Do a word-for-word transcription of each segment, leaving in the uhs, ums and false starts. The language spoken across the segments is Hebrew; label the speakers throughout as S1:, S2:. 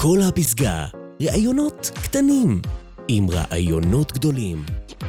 S1: כל הפסגה, רעיונות קטנים עם רעיונות גדולים.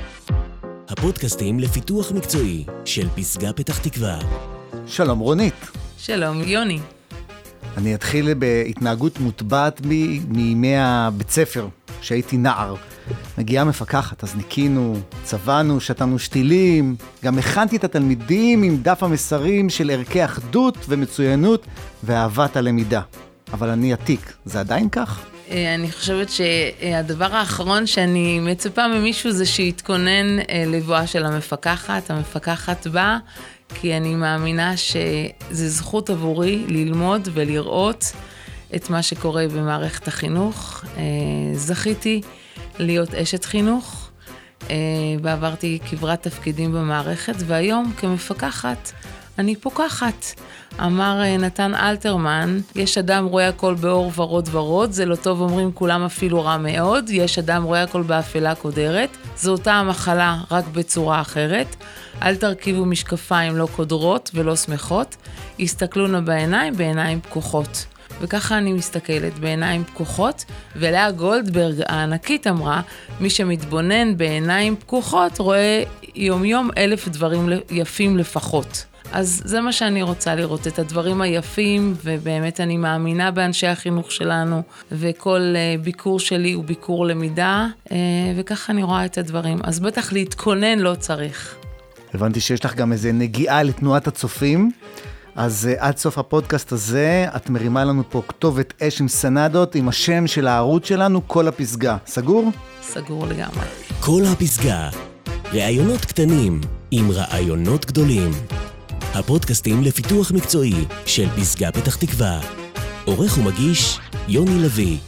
S1: הפודקאסטים לפיתוח מקצועי של פסגה פתח תקווה.
S2: שלום רונית.
S3: שלום יוני.
S2: אני אתחיל בהתנהגות מוטבעת בי מימי הבית ספר, שהייתי נער. מגיעה מפקחת, אז ניקינו, צבענו, שתנו שתילים, גם הכנתי את התלמידים עם דף המסרים של ערכי אחדות ומצוינות ואהבת הלמידה. אבל אני עתיק, זה עדיין כך?
S3: אני חושבת שהדבר האחרון שאני מצפה ממישהו זה שיתכונן לבואה של המפקחת. המפקחת באה כי אני מאמינה שזה זכות עבורי ללמוד ולראות את מה שקורה במערכת החינוך. זכיתי להיות אשת חינוך, ועברתי כברת תפקידים במערכת, והיום כמפקחת אני פוקחת. אמר נתן אלתרמן, יש אדם רואה הכל באור ורוד ורוד, זה לא טוב אומרים כולם אפילו רע מאוד, יש אדם רואה הכל באפלה קודרת, זו אותה המחלה רק בצורה אחרת, אל תרכיבו משקפיים לא קודרות ולא שמחות, הסתכלו נא בעיניים בעיניים פקוחות. וככה אני מסתכלת בעיניים פקוחות, ולאה גולדברג הענקית אמרה, מי שמתבונן בעיניים פקוחות רואה יום יום אלף דברים יפים לפחות. אז זה מה שאני רוצה לראות, את הדברים היפים, ובאמת אני מאמינה באנשי החינוך שלנו, וכל ביקור שלי הוא ביקור למידה, וככה אני רואה את הדברים. אז בטח להתכונן לא צריך.
S2: הבנתי שיש לך גם איזה נגיעה לתנועת הצופים, אז עד סוף הפודקאסט הזה, את מרימה לנו פה כתובת אש עם סנדות, עם השם של הערוץ שלנו, כל הפסגה. סגור?
S3: סגור לגמרי.
S1: כל הפסגה, רעיונות קטנים עם רעיונות גדולים. הפודקאסטים לפיתוח מקצועי של פסגה פתח תקווה. עורך ומגיש יוני לוי.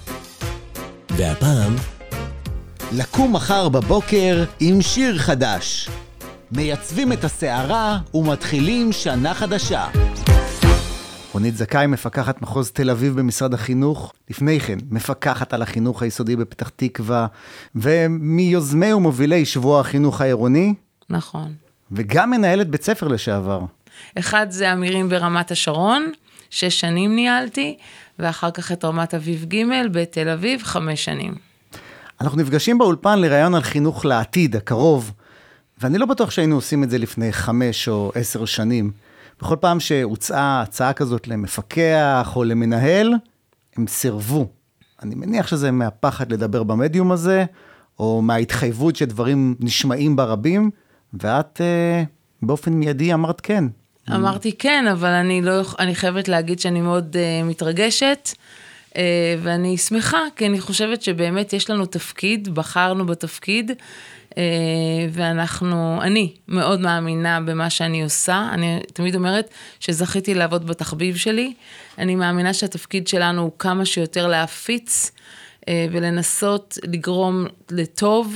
S1: והפעם,
S4: לקום מחר בבוקר עם שיר חדש. מייצבים את השערה ומתחילים שנה חדשה.
S2: רונית זכאי, מפקחת מחוז תל אביב במשרד החינוך. לפני כן, מפקחת על החינוך היסודי בפתח תקווה, ומיוזמי ומובילי שבוע החינוך העירוני.
S3: נכון.
S2: וגם מנהלת בית ספר לשעבר.
S3: אחד זה אמירים ברמת השרון, שש שנים ניהלתי, ואחר כך את רמת אביב ג' בתל אביב, חמש שנים. אנחנו
S2: נפגשים באולפן לרעיון על חינוך לעתיד, הקרוב, ואני לא בטוח שהיינו עושים את זה לפני חמש או עשר שנים. בכל פעם שהוצאה הצעה כזאת למפקח או למנהל, הם סירבו. אני מניח שזה מהפחד לדבר במדיום הזה, או מההתחייבות שדברים נשמעים ברבים, ואת אה, באופן מיידי אמרת כן.
S3: אמרתי כן, אבל אני, לא, אני חייבת להגיד שאני מאוד uh, מתרגשת, uh, ואני שמחה, כי אני חושבת שבאמת יש לנו תפקיד, בחרנו בתפקיד, uh, ואנחנו, אני מאוד מאמינה במה שאני עושה, אני תמיד אומרת שזכיתי לעבוד בתחביב שלי, אני מאמינה שהתפקיד שלנו הוא כמה שיותר להפיץ, uh, ולנסות לגרום לטוב,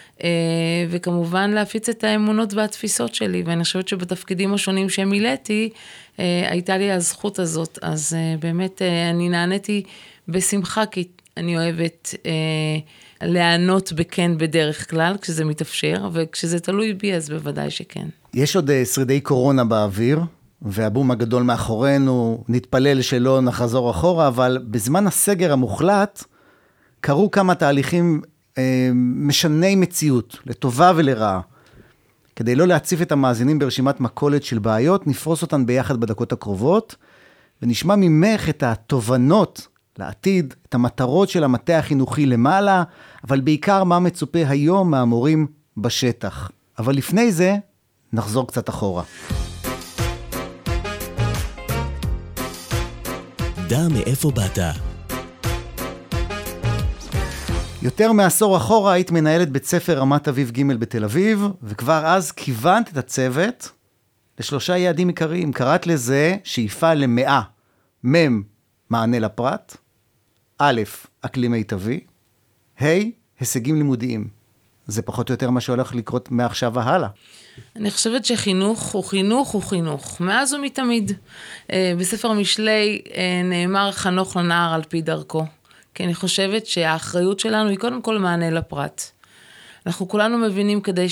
S3: וכמובן להפיץ את האמונות והתפיסות שלי, ואני חושבת שבתפקידים השונים שמילאתי, הייתה לי הזכות הזאת, אז באמת אני נעניתי בשמחה, כי אני אוהבת לענות בכן בדרך כלל, כשזה מתאפשר, וכשזה תלוי בי, אז בוודאי שכן.
S2: יש עוד שרידי קורונה באוויר, והבום הגדול מאחורינו, נתפלל שלא נחזור אחורה, אבל בזמן הסגר המוחלט, קרו כמה תהליכים משני מציאות, לטובה ולרעה. כדי לא להציף את המאזינים ברשימת מקולת של בעיות, נפרוס אותן ביחד בדקות הקרובות, ונשמע ממך את התובנות לעתיד, את המטרות של המטה החינוכי למעלה, אבל בעיקר מה מצופה היום מהמורים בשטח. אבל לפני זה, נחזור קצת אחורה.
S1: דע מאיפה באת.
S2: יותר מעשור אחורה היית מנהלת בית ספר רמת אביב ג' בתל אביב, וכבר אז כיוונת את הצוות לשלושה יעדים עיקריים. קראת לזה שאיפה למאה, מם, מענה לפרט, א', אקלים מיטבי, ה', הישגים לימודיים. זה פחות או יותר מה שהולך לקרות מעכשיו והלאה.
S3: אני חושבת שחינוך הוא חינוך הוא חינוך, מאז ומתמיד. בספר המשלי נאמר חנוך לנער על פי דרכו. כי אני חושבת שהאחריות שלנו היא קודם כל מענה לפרט. אנחנו כולנו מבינים כדי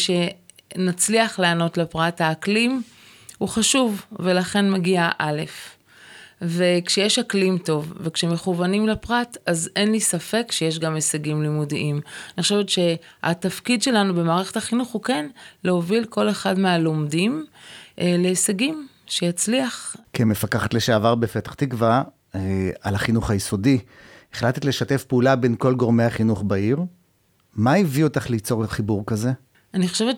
S3: שנצליח לענות לפרט, האקלים הוא חשוב, ולכן מגיע א'. וכשיש אקלים טוב, וכשמכוונים לפרט, אז אין לי ספק שיש גם הישגים לימודיים. אני חושבת שהתפקיד שלנו במערכת החינוך הוא כן להוביל כל אחד מהלומדים אה, להישגים, שיצליח.
S2: כמפקחת לשעבר בפתח תקווה, אה, על החינוך היסודי, החלטת לשתף פעולה בין כל גורמי החינוך בעיר. מה הביא אותך ליצור חיבור כזה?
S3: אני חושבת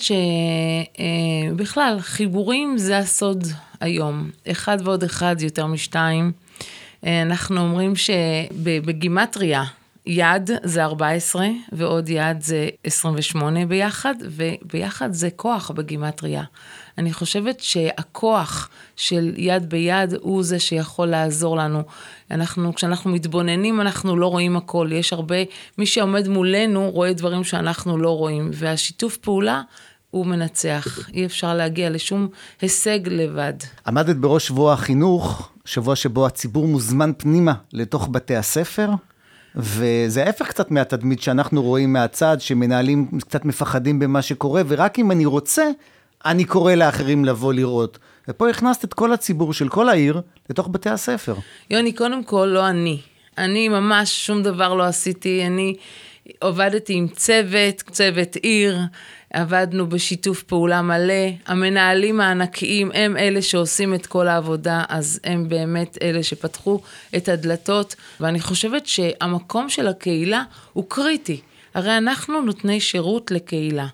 S3: שבכלל, חיבורים זה הסוד היום. אחד ועוד אחד יותר משתיים. אנחנו אומרים שבגימטריה, יד זה ארבע עשרה, ועוד יד זה עשרים ושמונה ביחד, וביחד זה כוח בגימטריה. אני חושבת שהכוח של יד ביד הוא זה שיכול לעזור לנו. אנחנו, כשאנחנו מתבוננים, אנחנו לא רואים הכל. יש הרבה, מי שעומד מולנו רואה דברים שאנחנו לא רואים, והשיתוף פעולה הוא מנצח. אי אפשר להגיע לשום הישג לבד.
S2: עמדת בראש שבוע החינוך, שבוע שבו הציבור מוזמן פנימה לתוך בתי הספר, וזה ההפך קצת מהתדמית שאנחנו רואים מהצד, שמנהלים קצת מפחדים במה שקורה, ורק אם אני רוצה, אני קורא לאחרים לבוא לראות. ופה הכנסת את כל הציבור של כל העיר לתוך בתי הספר.
S3: יוני, קודם כל לא אני. אני ממש שום דבר לא עשיתי. אני עובדתי עם צוות, צוות עיר, עבדנו בשיתוף פעולה מלא. המנהלים הענקיים הם אלה שעושים את כל העבודה, אז הם באמת אלה שפתחו את הדלתות. ואני חושבת שהמקום של הקהילה הוא קריטי. הרי אנחנו נותני שירות לקהילה.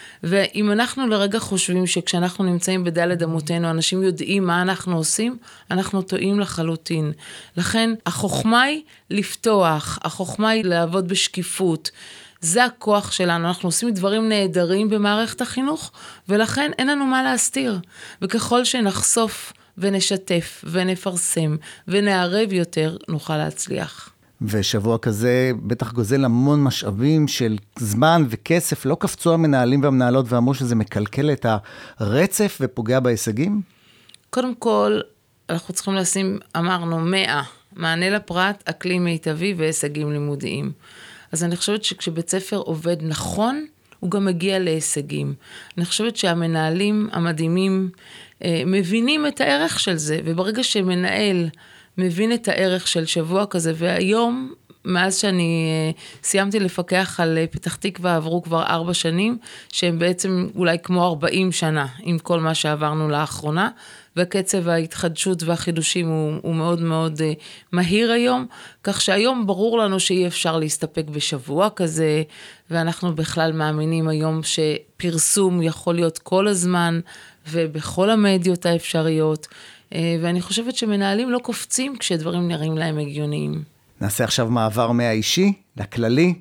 S3: ואם אנחנו לרגע חושבים שכשאנחנו נמצאים בדלת אמותינו, אנשים יודעים מה אנחנו עושים, אנחנו טועים לחלוטין. לכן החוכמה היא לפתוח, החוכמה היא לעבוד בשקיפות. זה הכוח שלנו, אנחנו עושים דברים נהדרים במערכת החינוך, ולכן אין לנו מה להסתיר. וככל שנחשוף ונשתף ונפרסם ונערב יותר, נוכל להצליח.
S2: ושבוע כזה בטח גוזל המון משאבים של זמן וכסף, לא קפצו המנהלים והמנהלות ואמרו שזה מקלקל את הרצף ופוגע בהישגים?
S3: קודם כל, אנחנו צריכים לשים, אמרנו, מאה, מענה לפרט, אקלים מיטבי והישגים לימודיים. אז אני חושבת שכשבית ספר עובד נכון, הוא גם מגיע להישגים. אני חושבת שהמנהלים המדהימים אה, מבינים את הערך של זה, וברגע שמנהל מבין את הערך של שבוע כזה, והיום, מאז שאני uh, סיימתי לפקח על uh, פתח תקווה, עברו כבר ארבע שנים, שהם בעצם אולי כמו ארבעים שנה, עם כל מה שעברנו לאחרונה, וקצב ההתחדשות והחידושים הוא, הוא מאוד מאוד uh, מהיר היום, כך שהיום ברור לנו שאי אפשר להסתפק בשבוע כזה, ואנחנו בכלל מאמינים היום שפרסום יכול להיות כל הזמן, ובכל המדיות האפשריות, ואני חושבת שמנהלים לא קופצים כשדברים נראים להם הגיוניים.
S2: נעשה עכשיו מעבר מהאישי לכללי,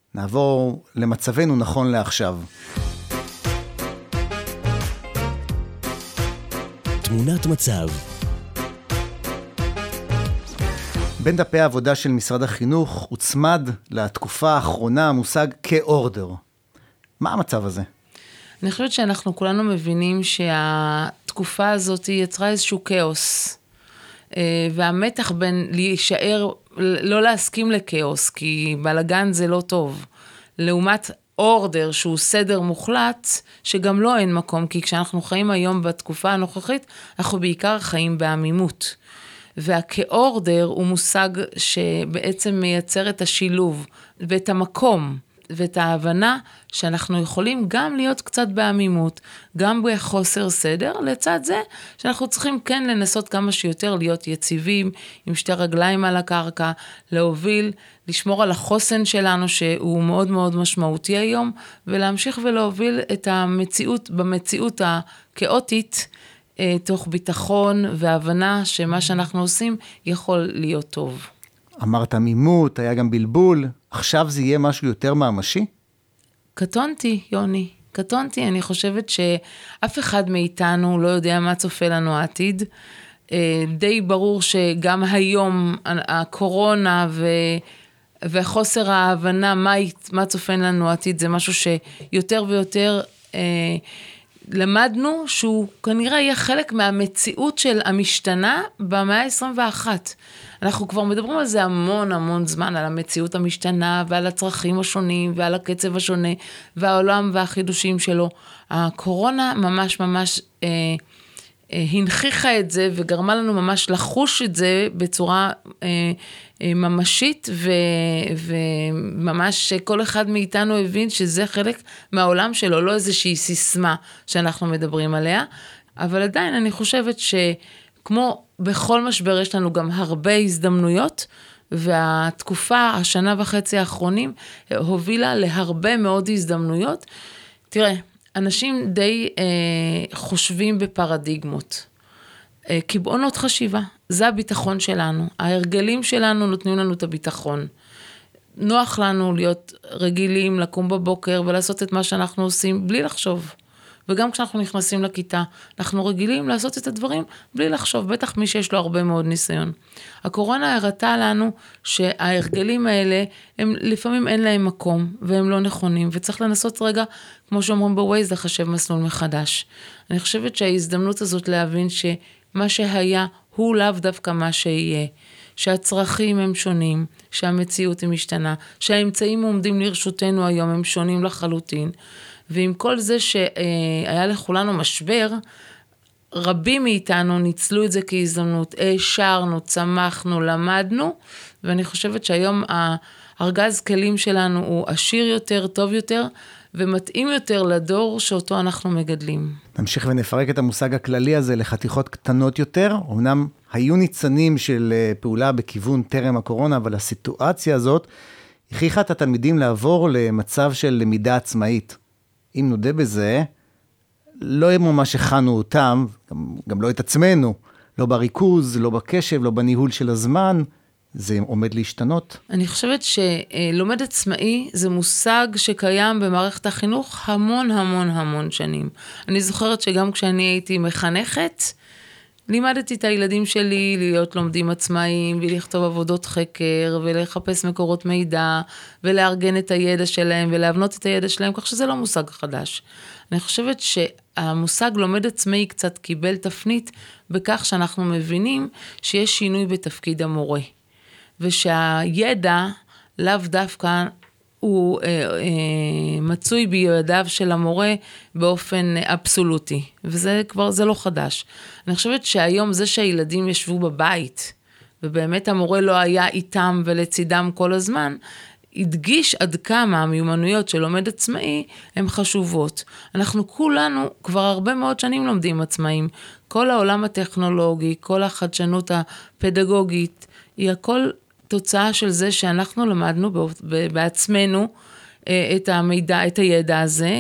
S2: נעבור למצבנו נכון לעכשיו.
S1: תמונת מצב.
S2: בין דפי העבודה של משרד החינוך הוצמד לתקופה האחרונה המושג כאורדר. מה המצב הזה?
S3: אני חושבת שאנחנו כולנו מבינים שהתקופה הזאת יצרה איזשהו כאוס, והמתח בין להישאר, לא להסכים לכאוס, כי בלגן זה לא טוב, לעומת אורדר שהוא סדר מוחלט, שגם לא אין מקום, כי כשאנחנו חיים היום בתקופה הנוכחית, אנחנו בעיקר חיים בעמימות. והכאורדר הוא מושג שבעצם מייצר את השילוב ואת המקום, ואת ההבנה שאנחנו יכולים גם להיות קצת בעמימות, גם בחוסר סדר, לצד זה שאנחנו צריכים כן לנסות כמה שיותר להיות יציבים, עם שתי רגליים על הקרקע, להוביל, לשמור על החוסן שלנו שהוא מאוד מאוד משמעותי היום, ולהמשיך ולהוביל את המציאות, במציאות הכאוטית, תוך ביטחון והבנה שמה שאנחנו עושים יכול להיות טוב.
S2: אמרת עמימות, היה גם בלבול, עכשיו זה יהיה משהו יותר ממשי?
S3: קטונתי, יוני, קטונתי. אני חושבת שאף אחד מאיתנו לא יודע מה צופה לנו העתיד. די ברור שגם היום הקורונה ו... וחוסר ההבנה מה, מה צופן לנו העתיד, זה משהו שיותר ויותר אה, למדנו שהוא כנראה יהיה חלק מהמציאות של המשתנה במאה ה-עשרים ואחת. אנחנו כבר מדברים על זה המון המון זמן, על המציאות המשתנה ועל הצרכים השונים ועל הקצב השונה והעולם והחידושים שלו. הקורונה ממש ממש אה, הנכיחה את זה וגרמה לנו ממש לחוש את זה בצורה ממשית, וממש כל אחד מאיתנו הבין שזה חלק מהעולם שלו, לא איזושהי סיסמה שאנחנו מדברים עליה, אבל עדיין אני חושבת שכמו בכל משבר יש לנו גם הרבה הזדמנויות, והתקופה, השנה וחצי האחרונים, הובילה להרבה מאוד הזדמנויות. תראה, אנשים די אה, חושבים בפרדיגמות, אה, קיבעונות חשיבה, זה הביטחון שלנו, ההרגלים שלנו נותנים לנו את הביטחון, נוח לנו להיות רגילים, לקום בבוקר ולעשות את מה שאנחנו עושים בלי לחשוב, וגם כשאנחנו נכנסים לכיתה, אנחנו רגילים לעשות את הדברים בלי לחשוב, בטח מי שיש לו הרבה מאוד ניסיון. הקורונה הראתה לנו שההרגלים האלה, הם לפעמים אין להם מקום, והם לא נכונים, וצריך לנסות רגע, כמו שאומרים בווייז, לחשב מסלול מחדש. אני חושבת שההזדמנות הזאת להבין שמה שהיה, הוא לאו דווקא מה שיהיה, שהצרכים הם שונים, שהמציאות היא משתנה, שהאמצעים עומדים לרשותנו היום הם שונים לחלוטין, ועם כל זה שהיה לכולנו משבר, רבים מאיתנו ניצלו את זה כהזדמנות, העשרנו, צמחנו, למדנו, ואני חושבת שהיום הארגז כלים שלנו הוא עשיר יותר, טוב יותר, ומתאים יותר לדור שאותו אנחנו מגדלים.
S2: נמשיך ונפרק את המושג הכללי הזה לחתיכות קטנות יותר, אמנם היו ניצנים של פעולה בכיוון טרם הקורונה, אבל הסיטואציה הזאת הכריחה את התלמידים לעבור למצב של למידה עצמאית. אם נודה בזה, לא ממש הכנו אותם, גם, גם לא את עצמנו, לא בריכוז, לא בקשב, לא בניהול של הזמן, זה עומד להשתנות.
S3: אני חושבת שלומד עצמאי זה מושג שקיים במערכת החינוך המון המון המון שנים. אני זוכרת שגם כשאני הייתי מחנכת, לימדתי את הילדים שלי להיות לומדים עצמאיים, ולכתוב עבודות חקר, ולחפש מקורות מידע, ולארגן את הידע שלהם, ולהבנות את הידע שלהם, כך שזה לא מושג חדש. אני חושבת שהמושג לומד עצמאי קצת קיבל תפנית, בכך שאנחנו מבינים שיש שינוי בתפקיד המורה, ושהידע לאו דווקא הוא אה, אה, מצוי בידיו של המורה באופן אבסולוטי, וזה כבר, זה לא חדש. אני חושבת שהיום זה שהילדים ישבו בבית, ובאמת המורה לא היה איתם ולצידם כל הזמן, הדגיש עד כמה המיומנויות של לומד עצמאי הן חשובות. אנחנו כולנו כבר הרבה מאוד שנים לומדים עצמאים. כל העולם הטכנולוגי, כל החדשנות הפדגוגית, היא הכל תוצאה של זה שאנחנו למדנו בעצמנו את המידע, את הידע הזה,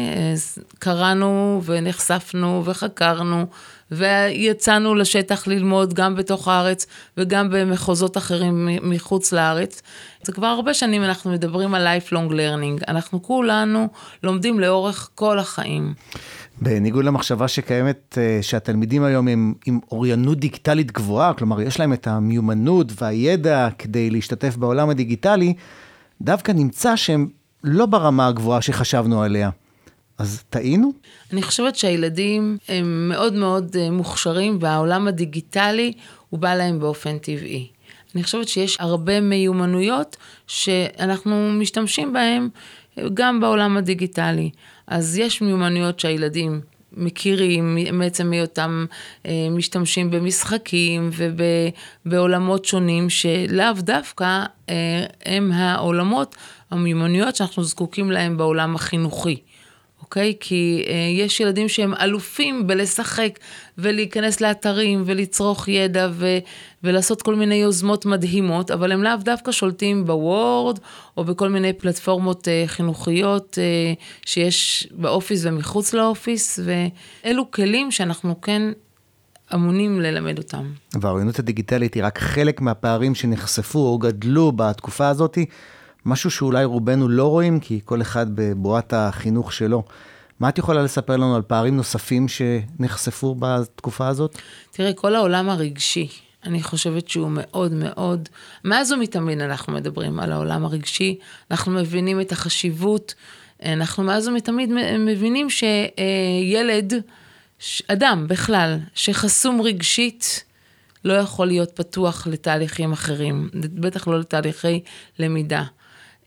S3: קראנו ונחשפנו וחקרנו, ויצאנו לשטח ללמוד גם בתוך הארץ, וגם במחוזות אחרים מחוץ לארץ. זה כבר הרבה שנים אנחנו מדברים על lifelong learning, אנחנו כולנו לומדים לאורך כל החיים.
S2: בניגוד למחשבה שקיימת, שהתלמידים היום הם עם אוריינות דיגיטלית גבוהה, כלומר יש להם את המיומנות והידע כדי להשתתף בעולם הדיגיטלי, דווקא נמצא שהם לא ברמה הגבוהה שחשבנו עליה. אז טעינו?
S3: אני חושבת שהילדים הם מאוד מאוד מוכשרים, והעולם הדיגיטלי הוא בא להם באופן טבעי. אני חושבת שיש הרבה מיומנויות שאנחנו משתמשים בהם גם בעולם הדיגיטלי. אז יש מיומנויות שהילדים מכירים, בעצם מאותם משתמשים במשחקים ובעולמות שונים, שלאו דווקא הם העולמות, המיומנויות שאנחנו זקוקים להם בעולם החינוכי. אוקיי? כי אה, יש ילדים שהם אלופים בלשחק ולהיכנס לאתרים ולצרוך ידע ו, ולעשות כל מיני יוזמות מדהימות, אבל הם לאו דווקא שולטים בוורד או בכל מיני פלטפורמות אה, חינוכיות אה, שיש באופיס ומחוץ לאופיס, ואלו כלים שאנחנו כן אמונים ללמד אותם.
S2: והאוריינות הדיגיטלית היא רק חלק מהפערים שנחשפו או גדלו בתקופה הזאת, משהו שאולי רובנו לא רואים, כי כל אחד בבועת החינוך שלו. מה את יכולה לספר לנו על פערים נוספים שנחשפו בתקופה הזאת?
S3: תראה, כל העולם הרגשי, אני חושבת שהוא מאוד מאוד, מאז ומתמיד אנחנו מדברים על העולם הרגשי, אנחנו מבינים את החשיבות, אנחנו מאז ומתמיד מבינים שילד, אדם בכלל, שחסום רגשית, לא יכול להיות פתוח לתהליכים אחרים, בטח לא לתהליכי למידה.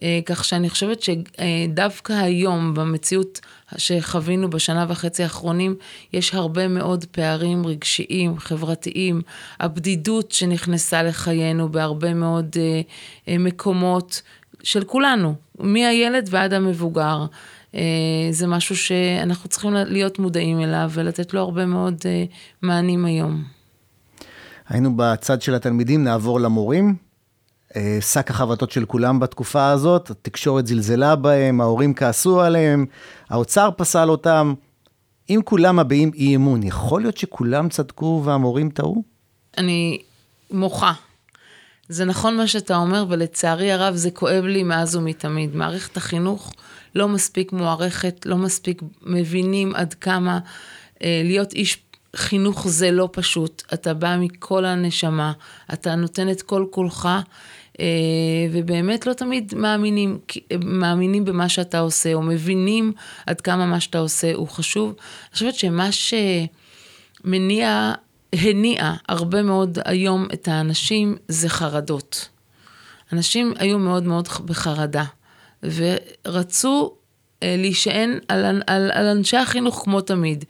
S3: כך שאני חושבת שדווקא היום, במציאות שחווינו בשנה וחצי האחרונים, יש הרבה מאוד פערים רגשיים, חברתיים, הבדידות שנכנסה לחיינו בהרבה מאוד מקומות של כולנו, מהילד ועד המבוגר. זה משהו שאנחנו צריכים להיות מודעים אליו ולתת לו הרבה מאוד מענים היום.
S2: היינו בצד של התלמידים, נעבור למורים. שק החבטות של כולם בתקופה הזאת, התקשורת זלזלה בהם, ההורים כעסו עליהם, האוצר פסל אותם. אם כולם מביעים אי אמון, יכול להיות שכולם צדקו והמורים טעו?
S3: אני מוחה. זה נכון מה שאתה אומר, ולצערי הרב זה כואב לי מאז ומתמיד. מערכת החינוך לא מספיק מוערכת, לא מספיק מבינים עד כמה אה, להיות איש חינוך זה לא פשוט. אתה בא מכל הנשמה, אתה נותן את כל כולך, אה, ובאמת לא תמיד מאמינים, מאמינים במה שאתה עושה, או מבינים עד כמה מה שאתה עושה הוא חשוב. אני חושבת שמה שמניע, הניע הרבה מאוד היום את האנשים זה חרדות. אנשים היו מאוד מאוד בחרדה, ורצו אה, להישען על, על, על אנשי החינוך כמו תמיד.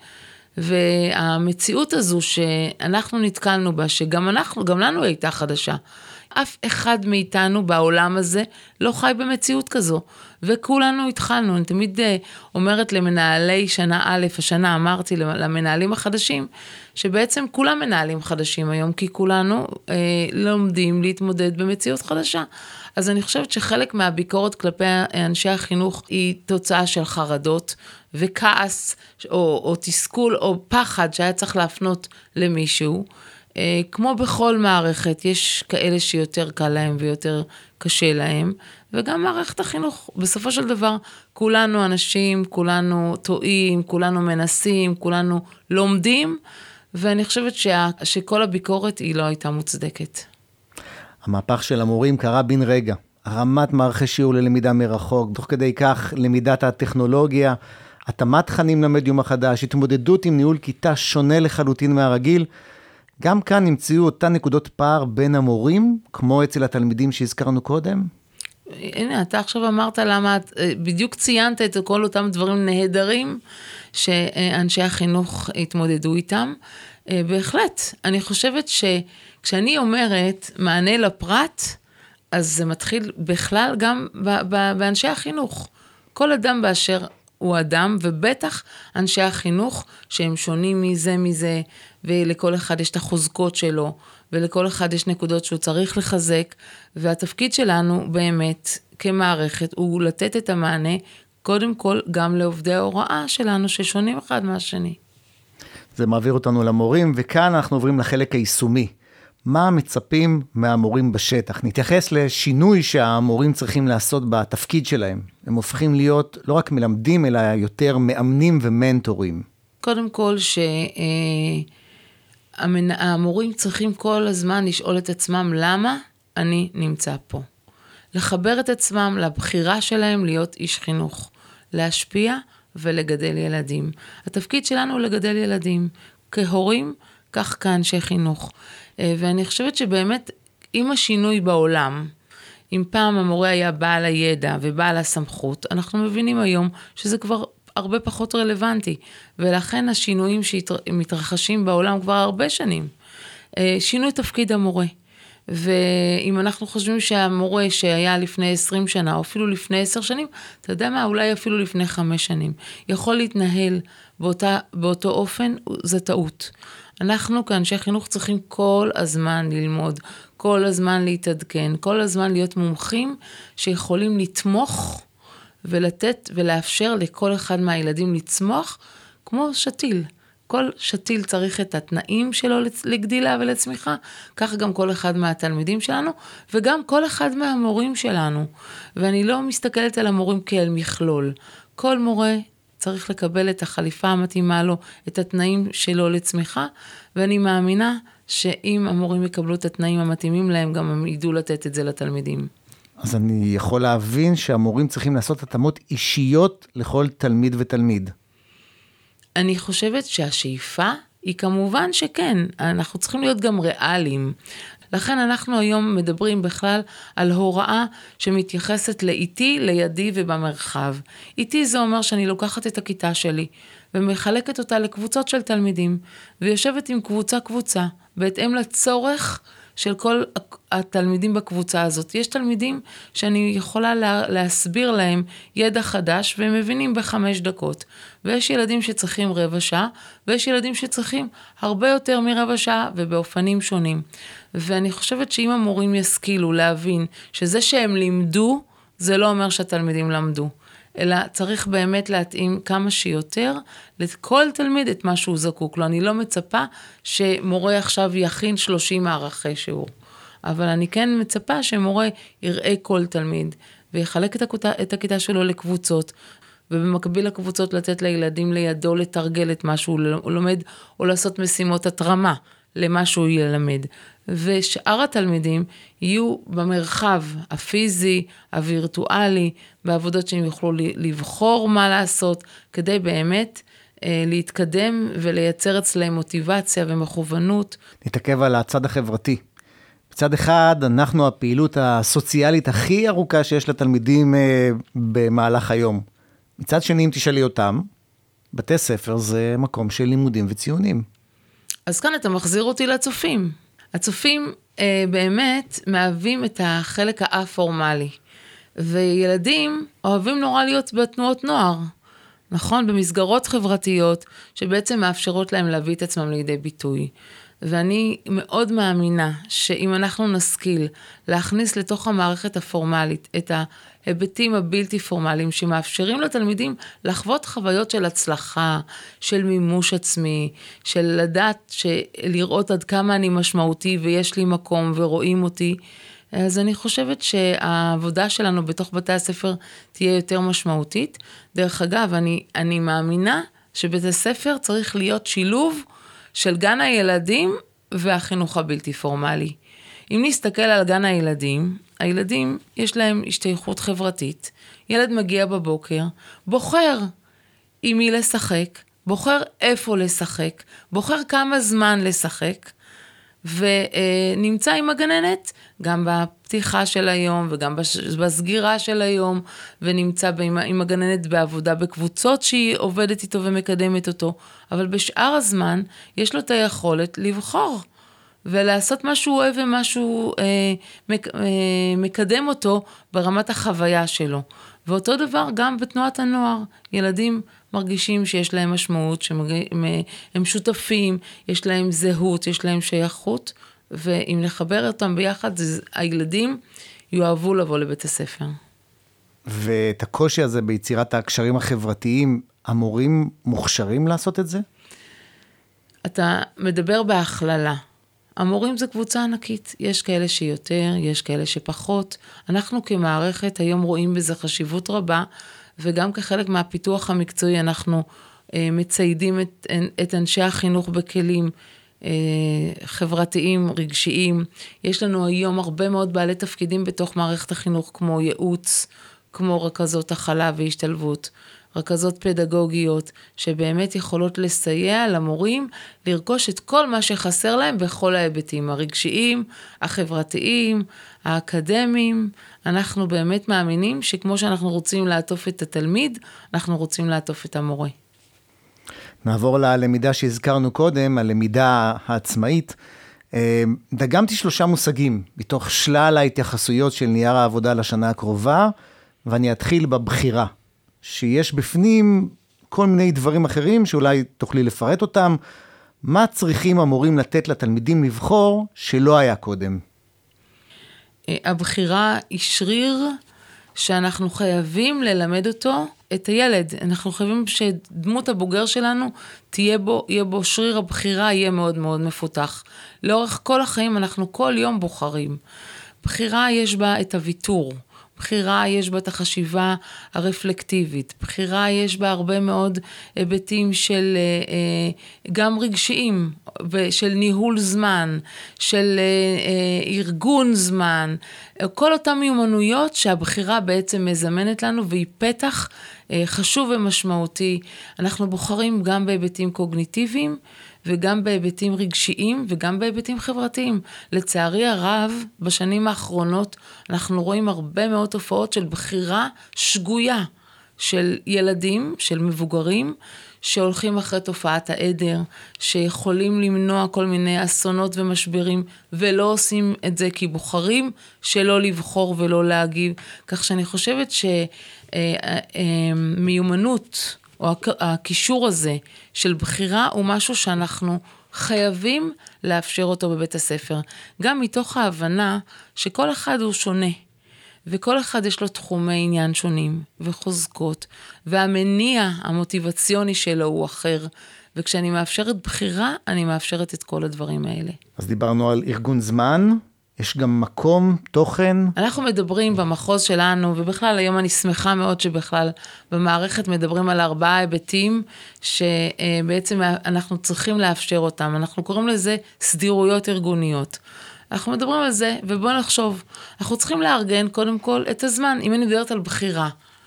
S3: והמציאות הזו שאנחנו נתקלנו בה, שגם אנחנו, גם לנו הייתה חדשה. אף אחד מאיתנו בעולם הזה לא חי במציאות כזו, וכולנו התחלנו. אני תמיד אומרת למנהלי שנה א', השנה אמרתי למנהלים החדשים, שבעצם כולם מנהלים חדשים היום, כי כולנו אה, לומדים להתמודד במציאות חדשה. אז אני חושבת שחלק מהביקורת כלפי אנשי החינוך היא תוצאה של חרדות, וכעס, או, או תסכול, או פחד שהיה צריך להפנות למישהו. אה, כמו בכל מערכת, יש כאלה שיותר קל להם ויותר קשה להם, וגם מערכת החינוך, בסופו של דבר, כולנו אנשים, כולנו טועים, כולנו מנסים, כולנו לומדים, ואני חושבת שה, שכל הביקורת היא לא הייתה מוצדקת.
S2: המהפך של המורים קרה בן רגע. הרמת מערכי שיעור ללמידה מרחוק, תוך כדי כך למידת הטכנולוגיה, התאמת תכנים למדיום החדש, התמודדות עם ניהול כיתה שונה לחלוטין מהרגיל. גם כאן נמצאו אותן נקודות פער בין המורים, כמו אצל התלמידים שהזכרנו קודם.
S3: הנה, אתה עכשיו אמרת למה, בדיוק ציינת את כל אותם דברים נהדרים, שאנשי החינוך התמודדו איתם. בהחלט, אני חושבת שכשאני אומרת מענה לפרט, אז זה מתחיל בכלל גם באנשי החינוך. כל אדם באשר הוא אדם, ובטח אנשי החינוך שהם שונים מזה מזה, ולכל אחד יש את החוזקות שלו, ולכל אחד יש נקודות שהוא צריך לחזק, והתפקיד שלנו באמת כמערכת הוא לתת את המענה, קודם כל גם לעובדי ההוראה שלנו ששונים אחד מהשני.
S2: זה מעביר אותנו למורים, וכאן אנחנו עוברים לחלק היישומי. מה מצפים מהמורים בשטח? נתייחס לשינוי שהמורים צריכים לעשות בתפקיד שלהם. הם הופכים להיות לא רק מלמדים, אלא יותר מאמנים ומנטורים.
S3: קודם כל שהמורים צריכים כל הזמן לשאול את עצמם למה אני נמצא פה. לחבר את עצמם לבחירה שלהם להיות איש חינוך. להשפיע ולגדל ילדים. התפקיד שלנו הוא לגדל ילדים. כהורים, כך כאנשי חינוך. ואני חושבת שבאמת, עם השינוי בעולם, אם פעם המורה היה בעל הידע ובעל הסמכות, אנחנו מבינים היום שזה כבר הרבה פחות רלוונטי, ולכן השינויים שמתרחשים בעולם כבר הרבה שנים. שינוי תפקיד המורה, ואם אנחנו חושבים שהמורה שהיה לפני עשרים שנה, או אפילו לפני עשר שנים, אתה יודע מה, אולי אפילו לפני חמש שנים, יכול להתנהל באותה, באותו אופן, זה טעות. אנחנו כאנשי חינוך צריכים כל הזמן ללמוד, כל הזמן להתעדכן, כל הזמן להיות מומחים שיכולים לתמוך ולתת ולאפשר לכל אחד מהילדים לצמוח כמו שתיל. כל שתיל צריך את התנאים שלו לגדילה ולצמיחה, כך גם כל אחד מהתלמידים שלנו, וגם כל אחד מהמורים שלנו. ואני לא מסתכלת על המורים כאל מכלול. כל מורה צריך לקבל את החליפה המתאימה לו, את התנאים שלו לצמיחה, ואני מאמינה שאם המורים יקבלו את התנאים המתאימים להם, גם הם ידעו לתת את זה לתלמידים.
S2: אז אני יכול להבין שהמורים צריכים לעשות התאמות אישיות לכל תלמיד ותלמיד.
S3: אני חושבת שהשאיפה היא כמובן שכן, אנחנו צריכים להיות גם ריאליים. לכן אנחנו היום מדברים בכלל על הוראה שמתייחסת לאיתי, לידי ובמרחב. איתי זה אומר שאני לוקחת את הכיתה שלי ומחלקת אותה לקבוצות של תלמידים, ויושבת עם קבוצה קבוצה, בהתאם לצורך של כל התלמידים בקבוצה הזאת. יש תלמידים שאני יכולה לה, להסביר להם ידע חדש, והם מבינים בחמש דקות. ויש ילדים שצריכים רבע שעה, ויש ילדים שצריכים הרבה יותר מרבע שעה, ובאופנים שונים. ואני חושבת שאם המורים ישכילו להבין שזה שהם לימדו, זה לא אומר שהתלמידים למדו. אלא צריך באמת להתאים כמה שיותר לכל תלמיד את מה שהוא זקוק לו. אני לא מצפה שמורה עכשיו יכין שלושים מערכי שיעור, אבל אני כן מצפה שמורה יראה כל תלמיד, ויחלק את הכיתה, את הכיתה שלו לקבוצות, ובמקביל לקבוצות לתת לילדים לידו לתרגל את מה שהוא לומד, או לעשות משימות התרמה למה שהוא ילמד. ושאר התלמידים יהיו במרחב הפיזי, הווירטואלי, בעבודות שהם יוכלו לבחור מה לעשות, כדי באמת אה, להתקדם ולייצר אצלהם מוטיבציה ומכוונות. נתעכב
S2: על הצד החברתי. בצד אחד, אנחנו הפעילות הסוציאלית הכי ארוכה שיש לתלמידים אה, במהלך היום. מצד שני, אם תשאלי אותם, בתי ספר זה מקום של לימודים וציונים.
S3: אז כאן אתה מחזיר אותי לצופים. הצופים אה, באמת מהווים את החלק האפורמלי, וילדים אוהבים נורא להיות בתנועות נוער, נכון? במסגרות חברתיות שבעצם מאפשרות להם להביא את עצמם לידי ביטוי. ואני מאוד מאמינה שאם אנחנו נשכיל להכניס לתוך המערכת הפורמלית את ההיבטים הבלתי פורמליים שמאפשרים לתלמידים לחוות חוויות של הצלחה, של מימוש עצמי, של לדעת, לראות עד כמה אני משמעותי ויש לי מקום ורואים אותי, אז אני חושבת שהעבודה שלנו בתוך בתי הספר תהיה יותר משמעותית. דרך אגב, אני, אני מאמינה שבית הספר צריך להיות שילוב של גן הילדים והחינוך הבלתי פורמלי. אם נסתכל על גן הילדים, הילדים יש להם השתייכות חברתית. ילד מגיע בבוקר, בוחר עם מי לשחק, בוחר איפה לשחק, בוחר כמה זמן לשחק, ונמצא עם הגננת גם בפתיחה של היום וגם בסגירה של היום, ונמצא עם הגננת בעבודה בקבוצות שהיא עובדת איתו ומקדמת אותו, אבל בשאר הזמן יש לו את היכולת לבחור ולעשות מה שהוא אוהב ומה שהוא אה, מק, אה, מקדם אותו ברמת החוויה שלו. ואותו דבר גם בתנועת הנוער, ילדים מרגישים שיש להם משמעות, שהם שותפים, יש להם זהות, יש להם שייכות, ואם נחבר אותם ביחד, הילדים יאהבו לבוא לבית הספר.
S2: ואת הקושי הזה ביצירת הקשרים החברתיים, המורים מוכשרים לעשות את זה?
S3: אתה מדבר בהכללה. המורים זה קבוצה ענקית, יש כאלה שיותר, יש כאלה שפחות. אנחנו כמערכת היום רואים בזה חשיבות רבה, וגם כחלק מהפיתוח המקצועי אנחנו אה, מציידים את, את אנשי החינוך בכלים אה, חברתיים, רגשיים. יש לנו היום הרבה מאוד בעלי תפקידים בתוך מערכת החינוך, כמו ייעוץ, כמו רכזות הכלה והשתלבות, רכזות פדגוגיות, שבאמת יכולות לסייע למורים לרכוש את כל מה שחסר להם בכל ההיבטים, הרגשיים, החברתיים, האקדמיים. אנחנו באמת מאמינים שכמו שאנחנו רוצים לעטוף את התלמיד, אנחנו רוצים לעטוף את המורה.
S2: נעבור ללמידה שהזכרנו קודם, הלמידה העצמאית. דגמתי שלושה מושגים מתוך שלל ההתייחסויות של נייר העבודה לשנה הקרובה, ואני אתחיל בבחירה. שיש בפנים כל מיני דברים אחרים שאולי תוכלי לפרט אותם. מה צריכים המורים לתת לתלמידים לבחור שלא היה קודם?
S3: הבחירה היא שריר שאנחנו חייבים ללמד אותו, את הילד. אנחנו חייבים שדמות הבוגר שלנו תהיה בו, יהיה בו שריר הבחירה, יהיה מאוד מאוד מפותח. לאורך כל החיים אנחנו כל יום בוחרים. בחירה יש בה את הוויתור. בחירה יש בה את החשיבה הרפלקטיבית, בחירה יש בה הרבה מאוד היבטים של גם רגשיים, של ניהול זמן, של ארגון זמן, כל אותם מיומנויות שהבחירה בעצם מזמנת לנו, והיא פתח חשוב ומשמעותי. אנחנו בוחרים גם בהיבטים קוגניטיביים, וגם בהיבטים רגשיים וגם בהיבטים חברתיים. לצערי הרב, בשנים האחרונות אנחנו רואים הרבה מאוד תופעות של בחירה שגויה של ילדים, של מבוגרים, שהולכים אחרי תופעת העדר, שיכולים למנוע כל מיני אסונות ומשברים, ולא עושים את זה כי בוחרים שלא לבחור ולא להגיב. כך שאני חושבת שמיומנות, או הקישור הזה של בחירה, הוא משהו שאנחנו חייבים לאפשר אותו בבית הספר. גם מתוך ההבנה שכל אחד הוא שונה. וכל אחד יש לו תחומי עניין שונים וחוזקות, והמניע המוטיבציוני שלו הוא אחר, וכשאני מאפשרת בחירה, אני מאפשרת את כל הדברים האלה.
S2: אז דיברנו על ארגון זמן, יש גם מקום, תוכן.
S3: אנחנו מדברים במחוז שלנו, ובכלל היום אני שמחה מאוד שבכלל במערכת מדברים על ארבעה היבטים, שבעצם אנחנו צריכים לאפשר אותם. אנחנו קוראים לזה סדירויות ארגוניות. אנחנו מדברים על זה, ובואו נחשוב, אנחנו צריכים לארגן קודם כל את הזמן, אם אני מדברת על בחירה.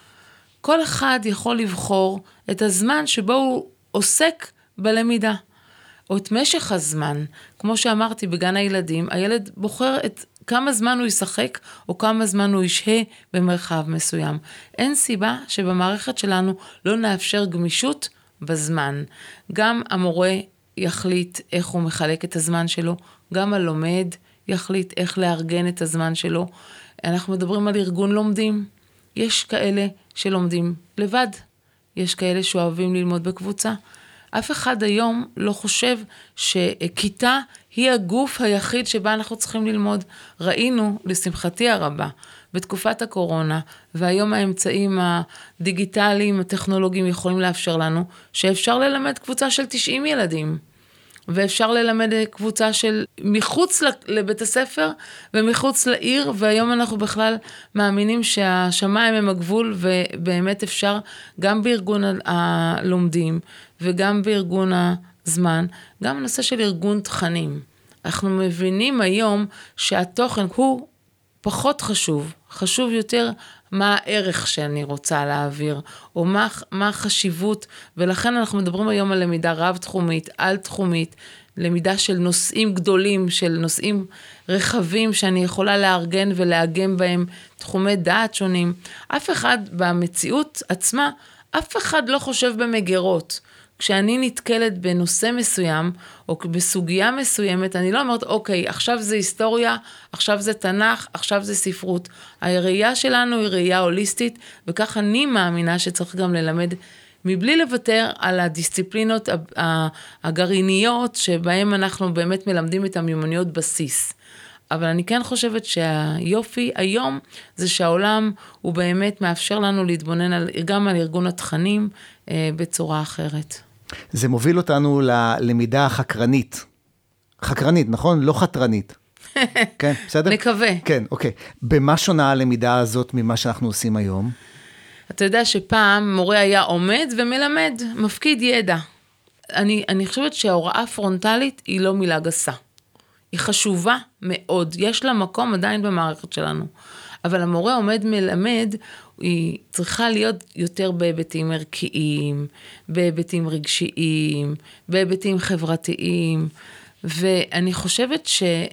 S3: כל אחד יכול לבחור את הזמן שבו הוא עוסק בלמידה, או את משך הזמן. כמו שאמרתי בגן הילדים, הילד בוחר את כמה זמן הוא ישחק, או כמה זמן הוא ישהה במרחב מסוים. אין סיבה שבמערכת שלנו לא נאפשר גמישות בזמן. גם המורה יחליט איך הוא מחלק את הזמן שלו, גם הלומד יחליט איך לארגן את הזמן שלו. אנחנו מדברים על ארגון לומדים. יש כאלה שלומדים לבד. יש כאלה שאוהבים ללמוד בקבוצה. אף אחד היום לא חושב שכיתה היא הגוף היחיד שבה אנחנו צריכים ללמוד. ראינו, לשמחתי הרבה, בתקופת הקורונה, והיום האמצעים הדיגיטליים, הטכנולוגיים יכולים לאפשר לנו, שאפשר ללמד קבוצה של תשעים ילדים. ואפשר ללמד קבוצה של מחוץ לבית הספר ומחוץ לעיר, והיום אנחנו בכלל מאמינים שהשמיים הם הגבול, ובאמת אפשר גם בארגון הלומדים וגם בארגון הזמן, גם הנושא של ארגון תכנים. אנחנו מבינים היום שהתוכן הוא פחות חשוב, חשוב יותר מה הערך שאני רוצה להעביר, או מה, מה החשיבות, ולכן אנחנו מדברים היום על למידה רב-תחומית, על-תחומית, למידה של נושאים גדולים, של נושאים רחבים, שאני יכולה לארגן ולאגם בהם תחומי דעת שונים. אף אחד במציאות עצמה, אף אחד לא חושב במגרות. כשאני נתקלת בנושא מסוים, או בסוגיה מסוימת, אני לא אומרת, אוקיי, עכשיו זה היסטוריה, עכשיו זה תנ"ך, עכשיו זה ספרות. הראייה שלנו היא ראייה הוליסטית, וכך אני מאמינה שצריך גם ללמד, מבלי לוותר על הדיסציפלינות הגרעיניות, שבהם אנחנו באמת מלמדים את המיומנויות בסיס. אבל אני כן חושבת שהיופי היום, זה שהעולם הוא באמת מאפשר לנו להתבונן על, גם על ארגון התכנים אה, בצורה אחרת.
S2: זה מוביל אותנו ללמידה החקרנית. חקרנית, נכון? לא חתרנית. כן, בסדר?
S3: נקווה.
S2: כן, אוקיי. במה שונה הלמידה הזאת ממה שאנחנו עושים היום?
S3: אתה יודע שפעם מורה היה עומד ומלמד, מפקיד ידע. אני, אני חושבת שההוראה פרונטלית היא לא מילה גסה. היא חשובה מאוד, יש לה מקום עדיין במערכת שלנו. אבל המורה עומד מלמד, היא צריכה להיות יותר בהיבטים ערכיים, בהיבטים רגשיים, בהיבטים חברתיים, ואני חושבת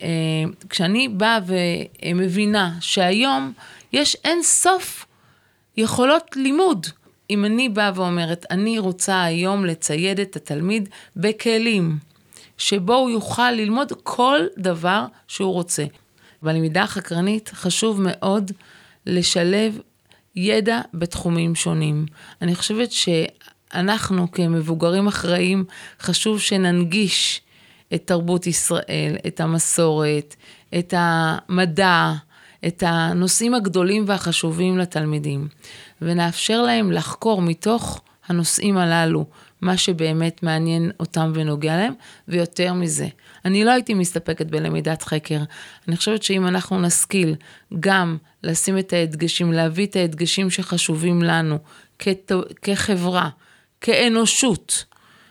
S3: שכשאני באה ומבינה שהיום יש אין סוף יכולות לימוד, אם אני באה ואומרת, אני רוצה היום לצייד את התלמיד בכלים, שבו הוא יוכל ללמוד כל דבר שהוא רוצה. בלמידה החקרנית חשוב מאוד לשלב ידע בתחומים שונים. אני חושבת שאנחנו כמבוגרים אחראים חשוב שננגיש את תרבות ישראל, את המסורת, את המדע, את הנושאים הגדולים והחשובים לתלמידים, ונאפשר להם לחקור מתוך הנושאים הללו, מה שבאמת מעניין אותם ונוגע להם, ויותר מזה. אני לא הייתי מסתפקת בלמידת חקר. אני חושבת שאם אנחנו נשכיל גם לשים את ההדגשים, להביא את ההדגשים שחשובים לנו, כת... כחברה, כאנושות,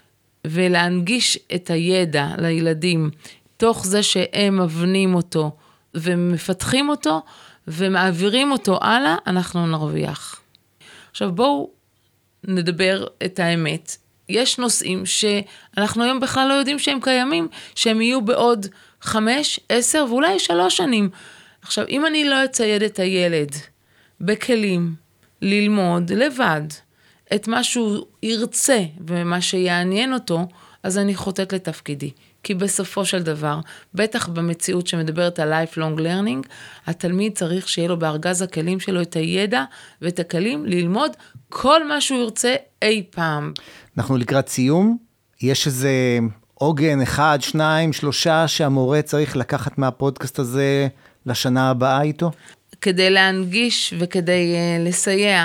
S3: ולהנגיש את הידע לילדים, תוך זה שהם מבנים אותו, ומפתחים אותו, ומעבירים אותו הלאה, אנחנו נרוויח. עכשיו בואו נדבר את האמת. יש נושאים שאנחנו היום בכלל לא יודעים שהם קיימים, שהם יהיו בעוד חמש, עשר ואולי שלוש שנים. עכשיו, אם אני לא אצייד את הילד בכלים, ללמוד לבד את מה שהוא ירצה ומה שיעניין אותו, אז אני חוטאת לתפקידי. כי בסופו של דבר, בטח במציאות שמדברת על lifelong learning, התלמיד צריך שיהיה לו בארגז הכלים שלו את הידע ואת הכלים ללמוד כל מה שהוא ירצה אי פעם.
S2: אנחנו לקראת סיום, יש איזה עוגן אחד, שניים, שלושה שהמורה צריך לקחת מהפודקאסט הזה לשנה הבאה איתו?
S3: כדי להנגיש וכדי uh, לסייע,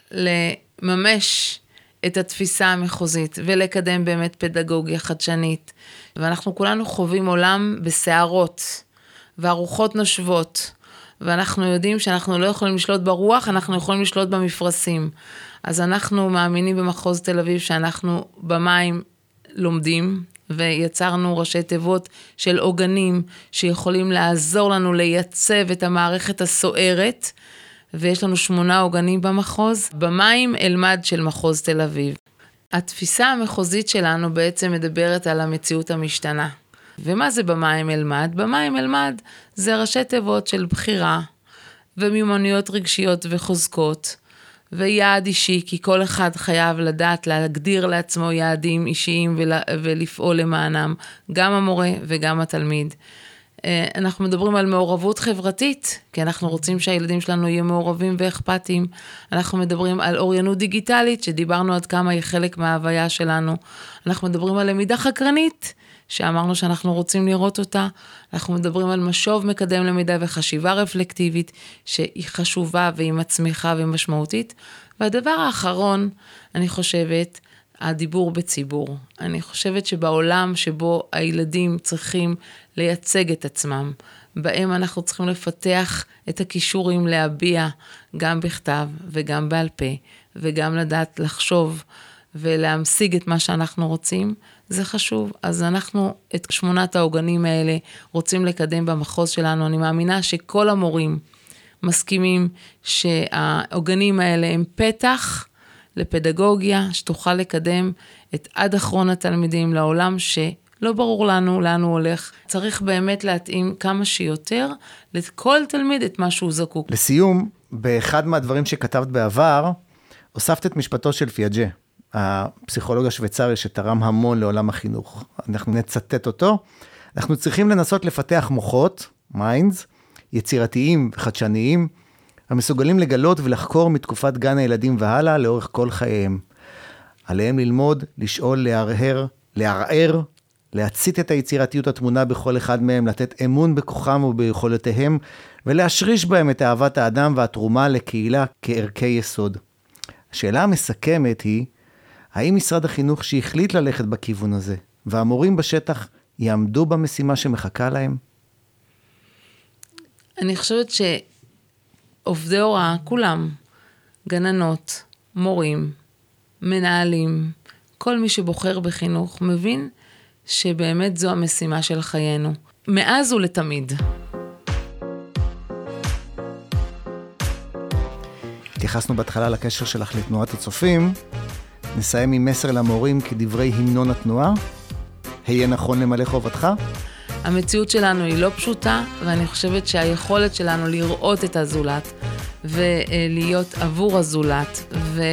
S3: לממש את התפיסה המחוזית ולקדם באמת פדגוגיה חדשנית. ואנחנו כולנו חווים עולם בסערות והרוחות נושבות, ואנחנו יודעים שאנחנו לא יכולים לשלוט ברוח, אנחנו יכולים לשלוט במפרשים. אז אנחנו מאמינים במחוז תל אביב שאנחנו במים לומדים, ויצרנו ראשי תיבות של עוגנים שיכולים לעזור לנו לייצב את המערכת הסוערת, ויש לנו שמונה עוגנים במחוז, במים אלמד של מחוז תל אביב. התפיסה המחוזית שלנו בעצם מדברת על המציאות המשתנה. ומה זה במים אלמד? במים אלמד זה ראשי תיבות של בחירה, ומיומנויות רגשיות וחוזקות, ויעד אישי, כי כל אחד חייב לדעת להגדיר לעצמו יעדים אישיים ולפעול למענם, גם המורה וגם התלמיד. אנחנו מדברים על מעורבות חברתית, כי אנחנו רוצים שהילדים שלנו יהיו מעורבים ואכפתיים. אנחנו מדברים על אוריינות דיגיטלית, שדיברנו עד כמה היא חלק מההוויה שלנו. אנחנו מדברים על למידה חקרנית, שאמרנו שאנחנו רוצים לראות אותה. אנחנו מדברים על משוב מקדם למידה וחשיבה רפלקטיבית, שהיא חשובה והיא מצמיחה ומשמעותית. והדבר האחרון, אני חושבת, הדיבור בציבור. אני חושבת שבעולם שבו הילדים צריכים לייצג את עצמם, בהם אנחנו צריכים לפתח את הכישורים להביע גם בכתב וגם בעל פה, וגם לדעת לחשוב ולהמשיג את מה שאנחנו רוצים, זה חשוב. אז אנחנו את שמונת העוגנים האלה רוצים לקדם במחוז שלנו. אני מאמינה שכל המורים מסכימים שהעוגנים האלה הם פתח לפדגוגיה, שתוכל לקדם את עד אחרון התלמידים לעולם שלא ברור לנו לאן הוא הולך. צריך באמת להתאים כמה שיותר לכל תלמיד את מה שהוא זקוק.
S2: לסיום, באחד מהדברים שכתבת בעבר, הוספת את משפטו של פיאג'ה, הפסיכולוג השוויצרי שתרם המון לעולם החינוך. אנחנו נצטט אותו. אנחנו צריכים לנסות לפתח מוחות, מיינדס, יצירתיים וחדשניים, המסוגלים לגלות ולחקור מתקופת גן הילדים והלאה לאורך כל חייהם. עליהם ללמוד, לשאול, לערער, לערער, להצית את היצירתיות התמונה בכל אחד מהם, לתת אמון בכוחם וביכולותיהם, ולהשריש בהם את אהבת האדם והתרומה לקהילה כערכי יסוד. השאלה המסכמת היא, האם משרד החינוך שהחליט ללכת בכיוון הזה, והמורים בשטח יעמדו במשימה שמחכה להם?
S3: אני חושבת ש... עובדי הוראה, כולם, גננות, מורים, מנהלים, כל מי שבוחר בחינוך, מבין שבאמת זו המשימה של חיינו. מאז ולתמיד.
S2: התייחסנו בהתחלה לקשר שלך לתנועת הצופים, נסיים עם מסר למורים כדברי המנון התנועה, היה נכון למלא חובתך?
S3: המציאות שלנו היא לא פשוטה, ואני חושבת שהיכולת שלנו לראות את הזולת, ולהיות עבור הזולת,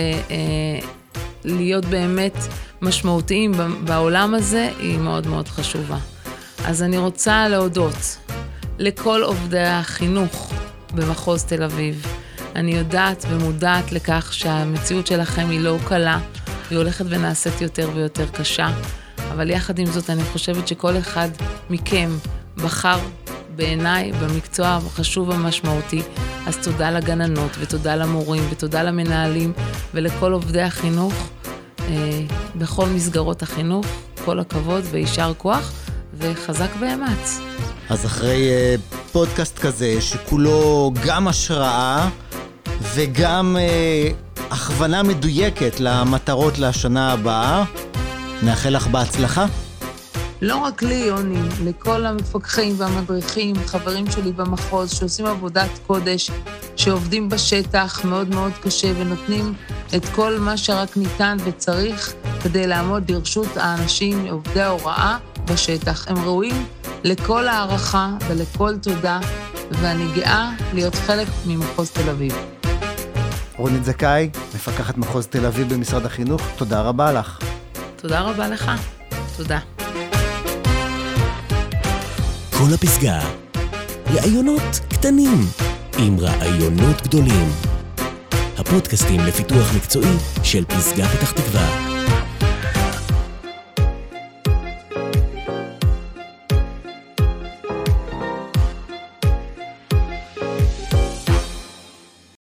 S3: ולהיות באמת משמעותיים בעולם הזה, היא מאוד מאוד חשובה. אז אני רוצה להודות לכל עובדי החינוך במחוז תל אביב. אני יודעת ומודעת לכך שהמציאות שלכם היא לא קלה, היא הולכת ונעשית יותר ויותר קשה, אבל יחד עם זאת אני חושבת שכל אחד מכם בחר בעיניי במקצוע החשוב המשמעותי. אז תודה לגננות ותודה למורים ותודה למנהלים ולכל עובדי החינוך אה, בכל מסגרות החינוך. כל הכבוד וישר כוח וחזק באמץ.
S4: אז אחרי אה, פודקאסט כזה שכולו גם השראה וגם אה, הכוונה מדויקת למטרות לשנה הבאה, נאחל לך בהצלחה.
S3: לא רק לי, יוני, לכל המפקחים והמדריכים, חברים שלי במחוז, שעושים עבודת קודש, שעובדים בשטח מאוד מאוד קשה ונותנים את כל מה שרק ניתן וצריך כדי לעמוד לרשות האנשים, עובדי ההוראה בשטח. הם ראויים לכל הערכה ולכל תודה, ואני גאה להיות חלק ממחוז תל אביב.
S2: רונית זכאי, מפקחת מחוז תל אביב במשרד החינוך, תודה רבה לך.
S3: תודה רבה לך. תודה.
S1: כל הפסגה. רעיונות קטנים עם רעיונות גדולים. הפודקאסטים לפיתוח מקצועי של פסגה פתח תקווה.